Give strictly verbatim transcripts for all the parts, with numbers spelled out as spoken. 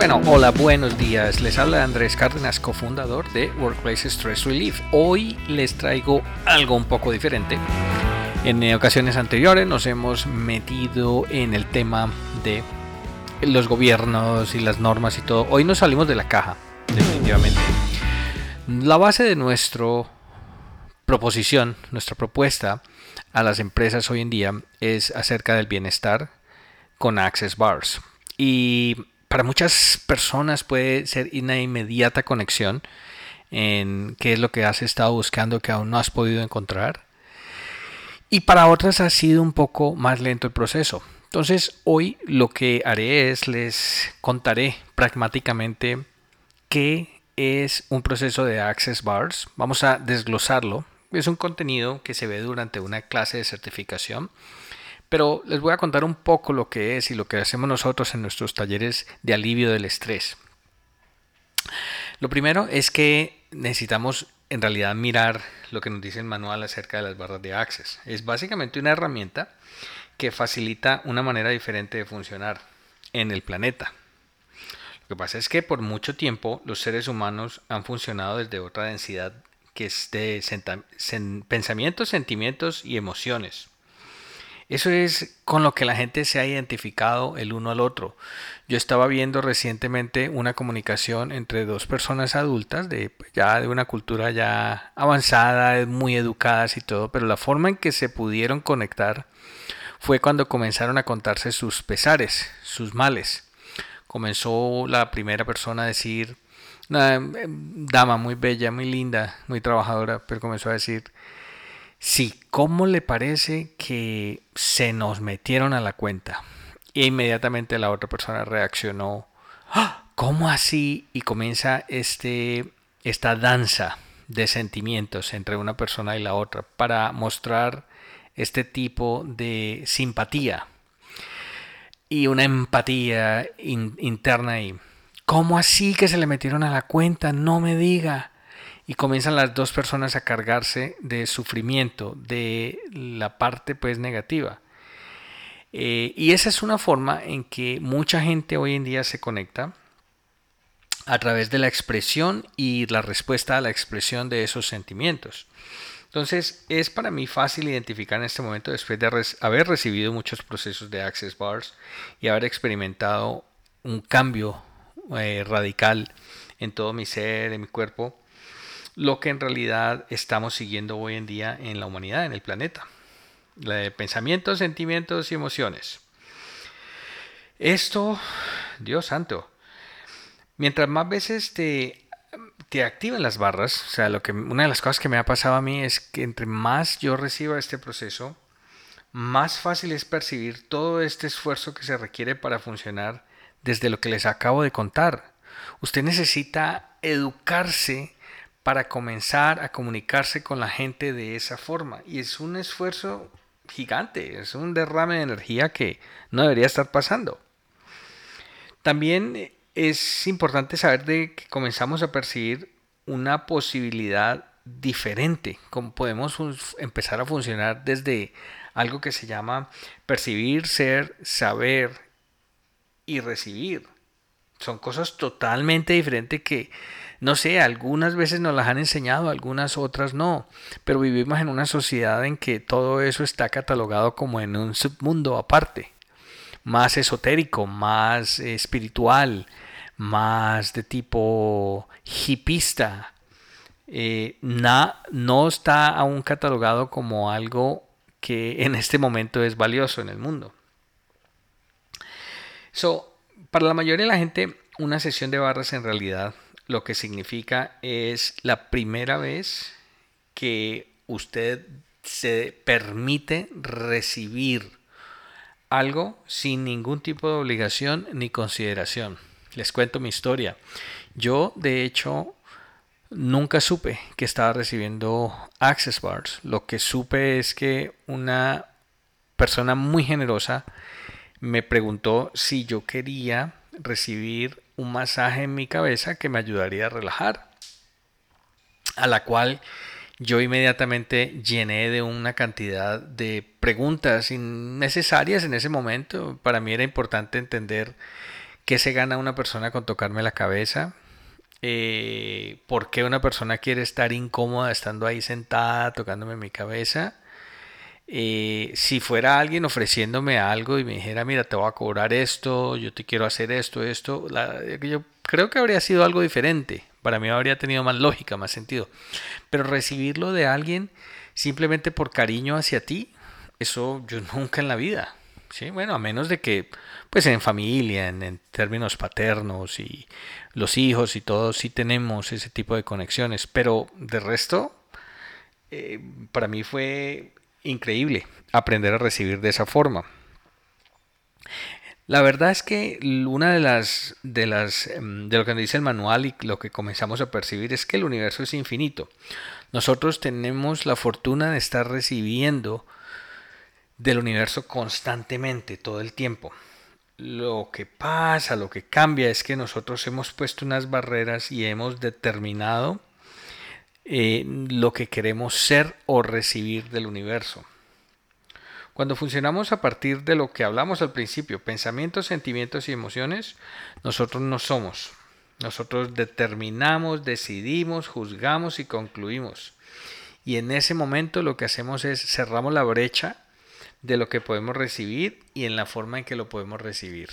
Bueno, hola, buenos días. Les habla Andrés Cárdenas, cofundador de Workplace Stress Relief. Hoy les traigo algo un poco diferente. En ocasiones anteriores nos hemos metido en el tema de los gobiernos y las normas y todo. Hoy nos salimos de la caja, definitivamente. La base de nuestra proposición, nuestra propuesta a las empresas hoy en día es acerca del bienestar con Access Bars. Y para muchas personas puede ser una inmediata conexión en qué es lo que has estado buscando que aún no has podido encontrar. Y para otras ha sido un poco más lento el proceso. Entonces hoy lo que haré es les contaré pragmáticamente qué es un proceso de Access Bars. Vamos a desglosarlo. Es un contenido que se ve durante una clase de certificación. Pero les voy a contar un poco lo que es y lo que hacemos nosotros en nuestros talleres de alivio del estrés. Lo primero es que necesitamos en realidad mirar lo que nos dice el manual acerca de las barras de Access. Es básicamente una herramienta que facilita una manera diferente de funcionar en el planeta. Lo que pasa es que por mucho tiempo los seres humanos han funcionado desde otra densidad que es de pensamientos, sentimientos y emociones. Eso es con lo que la gente se ha identificado el uno al otro. Yo estaba viendo recientemente una comunicación entre dos personas adultas, de, ya de una cultura ya avanzada, muy educadas y todo, pero la forma en que se pudieron conectar fue cuando comenzaron a contarse sus pesares, sus males. Comenzó la primera persona a decir, una dama muy bella, muy linda, muy trabajadora, pero comenzó a decir: sí, ¿cómo le parece que se nos metieron a la cuenta? E inmediatamente la otra persona reaccionó: ¡ah! ¿Cómo así? Y comienza este, esta danza de sentimientos entre una persona y la otra para mostrar este tipo de simpatía y una empatía in, interna ahí. ¿Cómo así que se le metieron a la cuenta? No me diga. Y comienzan las dos personas a cargarse de sufrimiento, de la parte pues negativa. Eh, y esa es una forma en que mucha gente hoy en día se conecta a través de la expresión y la respuesta a la expresión de esos sentimientos. Entonces es para mí fácil identificar en este momento, después de res- haber recibido muchos procesos de Access Bars y haber experimentado un cambio eh, radical en todo mi ser, en mi cuerpo, lo que en realidad estamos siguiendo hoy en día en la humanidad, en el planeta. La de pensamientos, sentimientos y emociones. Esto, Dios santo, mientras más veces te, te activan las barras, o sea, lo que, una de las cosas que me ha pasado a mí es que entre más yo reciba este proceso, más fácil es percibir todo este esfuerzo que se requiere para funcionar desde lo que les acabo de contar. Usted necesita educarse para comenzar a comunicarse con la gente de esa forma. Y es un esfuerzo gigante, es un derrame de energía que no debería estar pasando. También es importante saber de que comenzamos a percibir una posibilidad diferente, como podemos empezar a funcionar desde algo que se llama percibir, ser, saber y recibir. Son cosas totalmente diferentes que, no sé, algunas veces nos las han enseñado, algunas otras no. Pero vivimos en una sociedad en que todo eso está catalogado como en un submundo aparte. Más esotérico, más espiritual, más de tipo hippista. Eh, na, no está aún catalogado como algo que en este momento es valioso en el mundo. So, para la mayoría de la gente, una sesión de barras en realidad lo que significa es la primera vez que usted se permite recibir algo sin ningún tipo de obligación ni consideración. Les cuento mi historia. Yo, de hecho, nunca supe que estaba recibiendo Access Bars. Lo que supe es que una persona muy generosa me preguntó si yo quería recibir un masaje en mi cabeza que me ayudaría a relajar, a la cual yo inmediatamente llené de una cantidad de preguntas innecesarias en ese momento. Para mí era importante entender ¿Qué se gana una persona con tocarme la cabeza? Eh, ¿por qué una persona quiere estar incómoda estando ahí sentada tocándome mi cabeza? Eh, si fuera alguien ofreciéndome algo y me dijera, mira, te voy a cobrar esto, yo te quiero hacer esto, esto, la- yo creo que habría sido algo diferente. Para mí habría tenido más lógica, más sentido. Pero recibirlo de alguien simplemente por cariño hacia ti, eso yo nunca en la vida. Sí, bueno, a menos de que, pues en familia, en, en términos paternos y los hijos y todos sí tenemos ese tipo de conexiones, pero de resto, eh, para mí fue increíble aprender a recibir de esa forma. La verdad es que una de las, de las, em, de lo que nos dice el manual y lo que comenzamos a percibir es que el universo es infinito. Nosotros tenemos la fortuna de estar recibiendo del universo constantemente, todo el tiempo. Lo que pasa, lo que cambia es que nosotros hemos puesto unas barreras y hemos determinado eh, lo que queremos ser o recibir del universo. Cuando funcionamos a partir de lo que hablamos al principio, pensamientos, sentimientos y emociones, nosotros no somos. Nosotros determinamos, decidimos, juzgamos y concluimos. Y en ese momento lo que hacemos es cerramos la brecha de lo que podemos recibir y en la forma en que lo podemos recibir.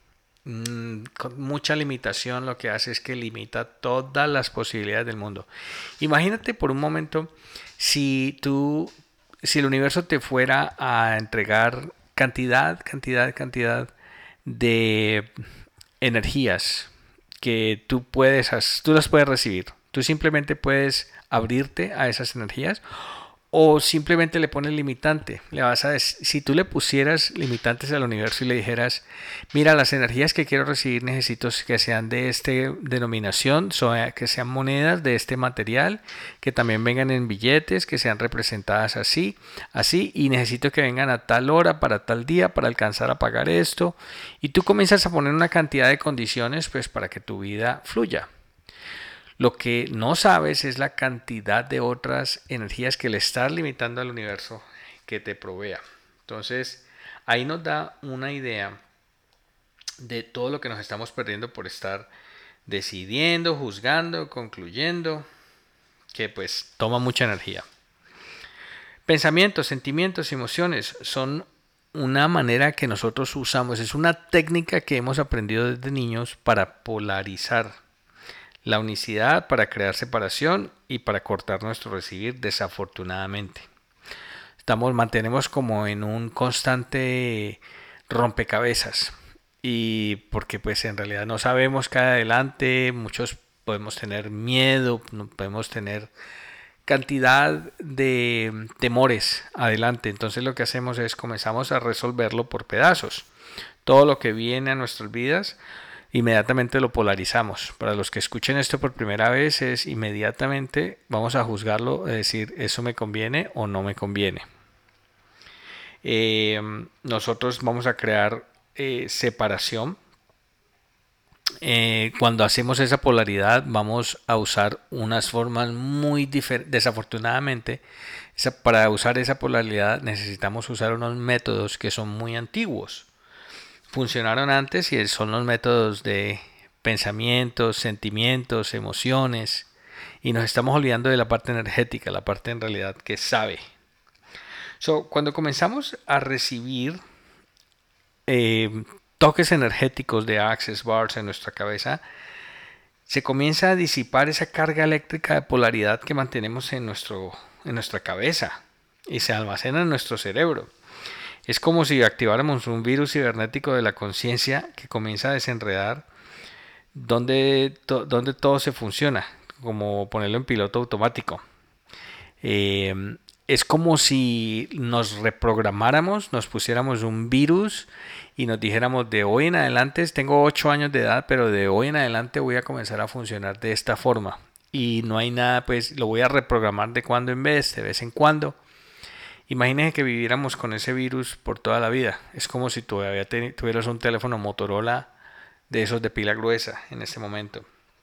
Mm, con mucha limitación lo que hace es que limita todas las posibilidades del mundo. Imagínate por un momento si tú, si el universo te fuera a entregar cantidad, cantidad, cantidad de energías que tú puedes, tú las puedes recibir. Tú simplemente puedes abrirte a esas energías o simplemente le pones limitante. Le vas a dec- si tú le pusieras limitantes al universo y le dijeras, mira, las energías que quiero recibir necesito que sean de esta denominación, so- que sean monedas de este material, que también vengan en billetes, que sean representadas así, así, y necesito que vengan a tal hora, para tal día, para alcanzar a pagar esto. Y tú comienzas a poner una cantidad de condiciones, pues, para que tu vida fluya. Lo que no sabes es la cantidad de otras energías que le estás limitando al universo que te provea. Entonces, ahí nos da una idea de todo lo que nos estamos perdiendo por estar decidiendo, juzgando, concluyendo, que pues toma mucha energía. Pensamientos, sentimientos, emociones son una manera que nosotros usamos, es una técnica que hemos aprendido desde niños para polarizar la unicidad, para crear separación y para cortar nuestro recibir, desafortunadamente. Estamos, mantenemos como en un constante rompecabezas y porque pues en realidad no sabemos qué hay adelante, muchos podemos tener miedo, podemos tener cantidad de temores adelante, entonces lo que hacemos es comenzamos a resolverlo por pedazos. Todo lo que viene a nuestras vidas inmediatamente lo polarizamos. Para los que escuchen esto por primera vez es inmediatamente vamos a juzgarlo, es decir, eso me conviene o no me conviene. Eh, nosotros vamos a crear eh, separación. Eh, cuando hacemos esa polaridad vamos a usar unas formas muy diferentes. Desafortunadamente, esa, para usar esa polaridad necesitamos usar unos métodos que son muy antiguos. Funcionaron antes y son los métodos de pensamientos, sentimientos, emociones. Y nos estamos olvidando de la parte energética, la parte en realidad que sabe. So, cuando comenzamos a recibir eh, toques energéticos de Access Bars en nuestra cabeza, se comienza a disipar esa carga eléctrica de polaridad que mantenemos en, nuestro, en nuestra cabeza y se almacena en nuestro cerebro. Es como si activáramos un virus cibernético de la conciencia que comienza a desenredar donde, to, donde todo se funciona, como ponerlo en piloto automático. Eh, es como si nos reprogramáramos, nos pusiéramos un virus y nos dijéramos de hoy en adelante, tengo ocho años de edad, pero de hoy en adelante voy a comenzar a funcionar de esta forma. Y no hay nada, pues lo voy a reprogramar de cuando en vez, de vez en cuando. Imagínense que viviéramos con ese virus por toda la vida. Es como si todavía tuvieras un teléfono Motorola de esos de pila gruesa en este momento.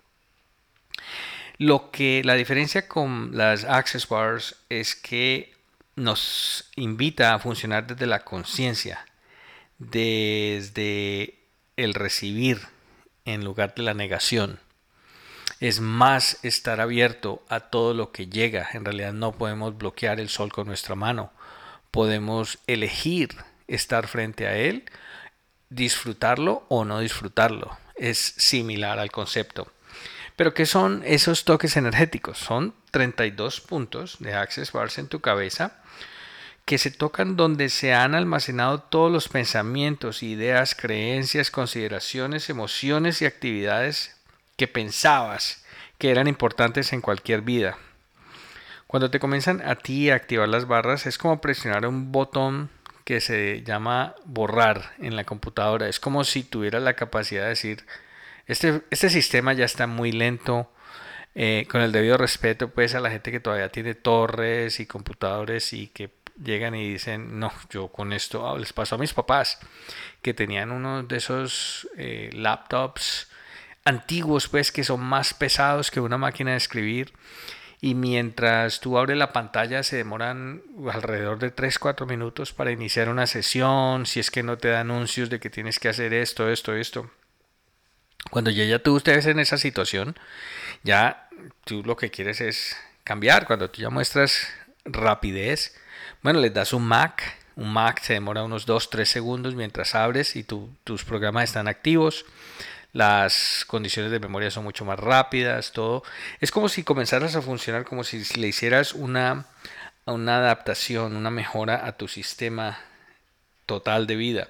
Lo que la diferencia con las Access Bars es que nos invita a funcionar desde la conciencia, desde el recibir, en lugar de la negación. Es más estar abierto a todo lo que llega. En realidad no podemos bloquear el sol con nuestra mano. Podemos elegir estar frente a él, disfrutarlo o no disfrutarlo. Es similar al concepto. Pero ¿qué son esos toques energéticos? Son treinta y dos puntos de Access Bars en tu cabeza que se tocan donde se han almacenado todos los pensamientos, ideas, creencias, consideraciones, emociones y actividades que pensabas que eran importantes en cualquier vida. Cuando te comienzan a ti a activar las barras, es como presionar un botón que se llama borrar en la computadora. Es como si tuvieras la capacidad de decir, este, este sistema ya está muy lento. Eh, con el debido respeto pues a la gente que todavía tiene torres y computadores y que llegan y dicen, no, yo con esto, oh, les pasó a mis papás que tenían uno de esos eh, laptops antiguos pues que son más pesados que una máquina de escribir, y mientras tú abres la pantalla se demoran alrededor de tres cuatro minutos para iniciar una sesión, si es que no te da anuncios de que tienes que hacer esto, esto, esto. Cuando ya, ya tú estés en esa situación, ya tú lo que quieres es cambiar. Cuando tú ya muestras rapidez, bueno, les das un Mac. Un Mac se demora unos dos tres segundos mientras abres y tu, tus programas están activos. Las condiciones de memoria son mucho más rápidas, todo. Es como si comenzaras a funcionar como si le hicieras una, una adaptación, una mejora a tu sistema total de vida.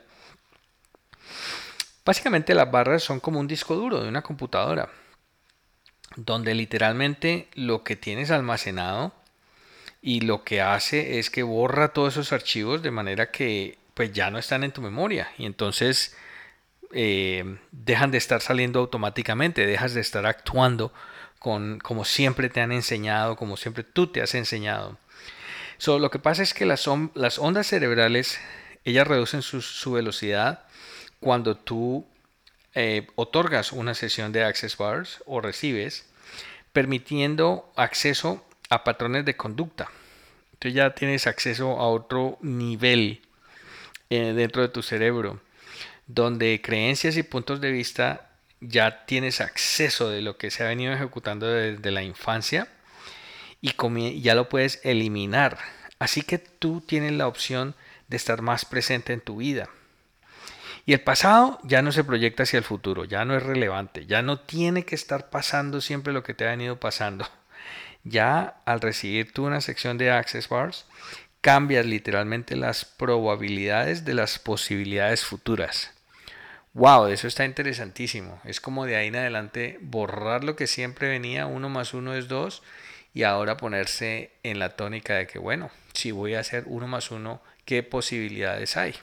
Básicamente las barras son como un disco duro de una computadora, donde literalmente lo que tienes almacenado y lo que hace es que borra todos esos archivos de manera que pues ya no están en tu memoria y entonces eh, dejan de estar saliendo automáticamente, dejas de estar actuando con, como siempre te han enseñado, como siempre tú te has enseñado. So, lo que pasa es que las, on las ondas cerebrales, ellas reducen su, su velocidad cuando tú eh, otorgas una sesión de Access Bars o recibes, permitiendo acceso a patrones de conducta. Entonces ya tienes acceso a otro nivel eh, dentro de tu cerebro, donde creencias y puntos de vista ya tienes acceso de lo que se ha venido ejecutando desde la infancia y ya lo puedes eliminar. Así que tú tienes la opción de estar más presente en tu vida. Y el pasado ya no se proyecta hacia el futuro, ya no es relevante, ya no tiene que estar pasando siempre lo que te ha venido pasando. Ya al recibir tú una sección de Access Bars, cambias literalmente las probabilidades de las posibilidades futuras. Wow, eso está interesantísimo. Es como de ahí en adelante borrar lo que siempre venía, uno más uno es dos, y ahora ponerse en la tónica de que, bueno, si voy a hacer uno más uno, ¿qué posibilidades hay?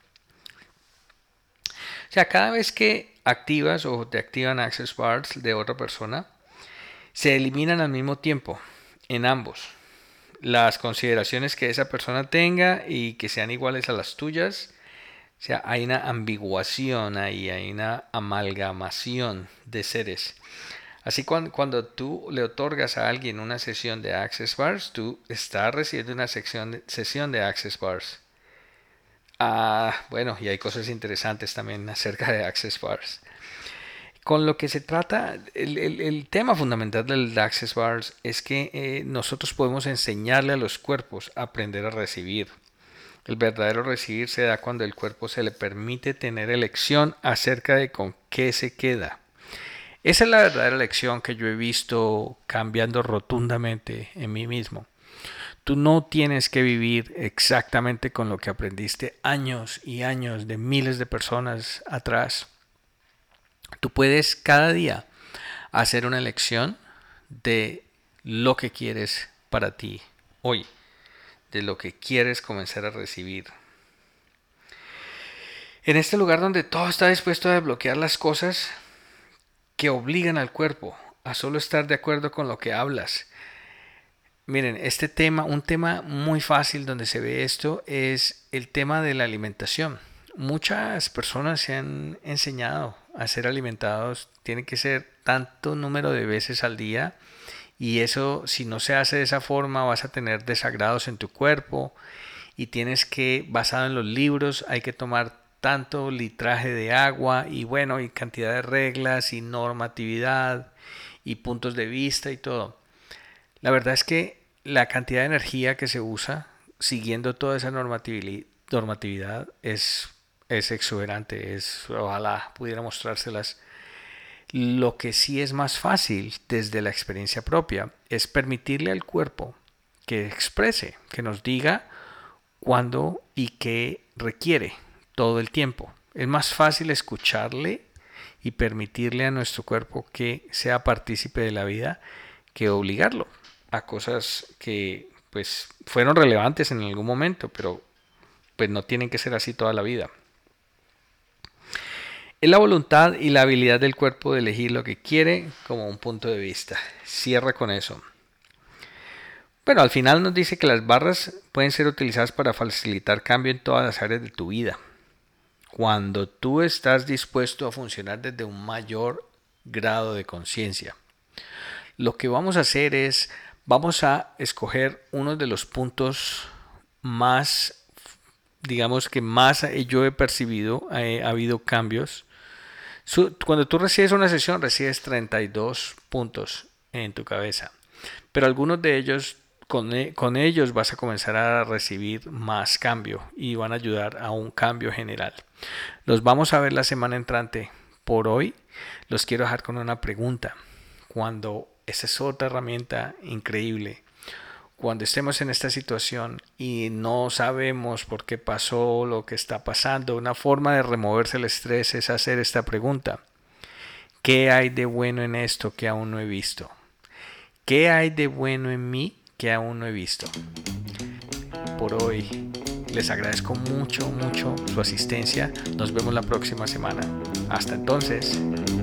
O sea, cada vez que activas o te activan Access Bars de otra persona, se eliminan al mismo tiempo en ambos las consideraciones que esa persona tenga y que sean iguales a las tuyas. O sea, hay una ambiguación ahí, hay una amalgamación de seres. Así cuando, cuando tú le otorgas a alguien una sesión de Access Bars, tú estás recibiendo una sección de, sesión de Access Bars. Ah, bueno, y hay cosas interesantes también acerca de Access Bars. Con lo que se trata, el, el, el tema fundamental del Access Bars es que eh, nosotros podemos enseñarle a los cuerpos a aprender a recibir. El verdadero recibir se da cuando el cuerpo se le permite tener elección acerca de con qué se queda. Esa es la verdadera lección que yo he visto cambiando rotundamente en mí mismo. Tú no tienes que vivir exactamente con lo que aprendiste años y años de miles de personas atrás. Tú puedes cada día hacer una elección de lo que quieres para ti hoy, de lo que quieres comenzar a recibir. En este lugar donde todo está dispuesto a desbloquear las cosas que obligan al cuerpo a solo estar de acuerdo con lo que hablas. Miren, este tema, un tema muy fácil donde se ve esto es el tema de la alimentación. Muchas personas se han enseñado a ser alimentados, tiene que ser tanto número de veces al día y eso, si no se hace de esa forma, vas a tener desagrados en tu cuerpo y tienes que, basado en los libros, hay que tomar tanto litraje de agua y bueno, y cantidad de reglas y normatividad y puntos de vista y todo. La verdad es que la cantidad de energía que se usa siguiendo toda esa normatividad es, es exuberante. Es, ojalá pudiera mostrárselas. Lo que sí es más fácil desde la experiencia propia es permitirle al cuerpo que exprese, que nos diga cuándo y qué requiere todo el tiempo. Es más fácil escucharle y permitirle a nuestro cuerpo que sea partícipe de la vida que obligarlo a cosas que pues fueron relevantes en algún momento, pero pues no tienen que ser así toda la vida. Es la voluntad y la habilidad del cuerpo de elegir lo que quiere como un punto de vista. Cierra con eso. Bueno, al final nos dice que las barras pueden ser utilizadas para facilitar cambio en todas las áreas de tu vida. Cuando tú estás dispuesto a funcionar desde un mayor grado de conciencia. Lo que vamos a hacer es, vamos a escoger uno de los puntos más, digamos que más yo he percibido, eh, ha habido cambios. Cuando tú recibes una sesión, recibes treinta y dos puntos en tu cabeza, pero algunos de ellos, con, con ellos vas a comenzar a recibir más cambio y van a ayudar a un cambio general. Los vamos a ver la semana entrante. Por hoy los quiero dejar con una pregunta. Cuando esa es otra herramienta increíble. Cuando estemos en esta situación y no sabemos por qué pasó lo que está pasando, una forma de removerse el estrés es hacer esta pregunta. ¿Qué hay de bueno en esto que aún no he visto? ¿Qué hay de bueno en mí que aún no he visto? Por hoy les agradezco mucho, mucho su asistencia. Nos vemos la próxima semana. Hasta entonces.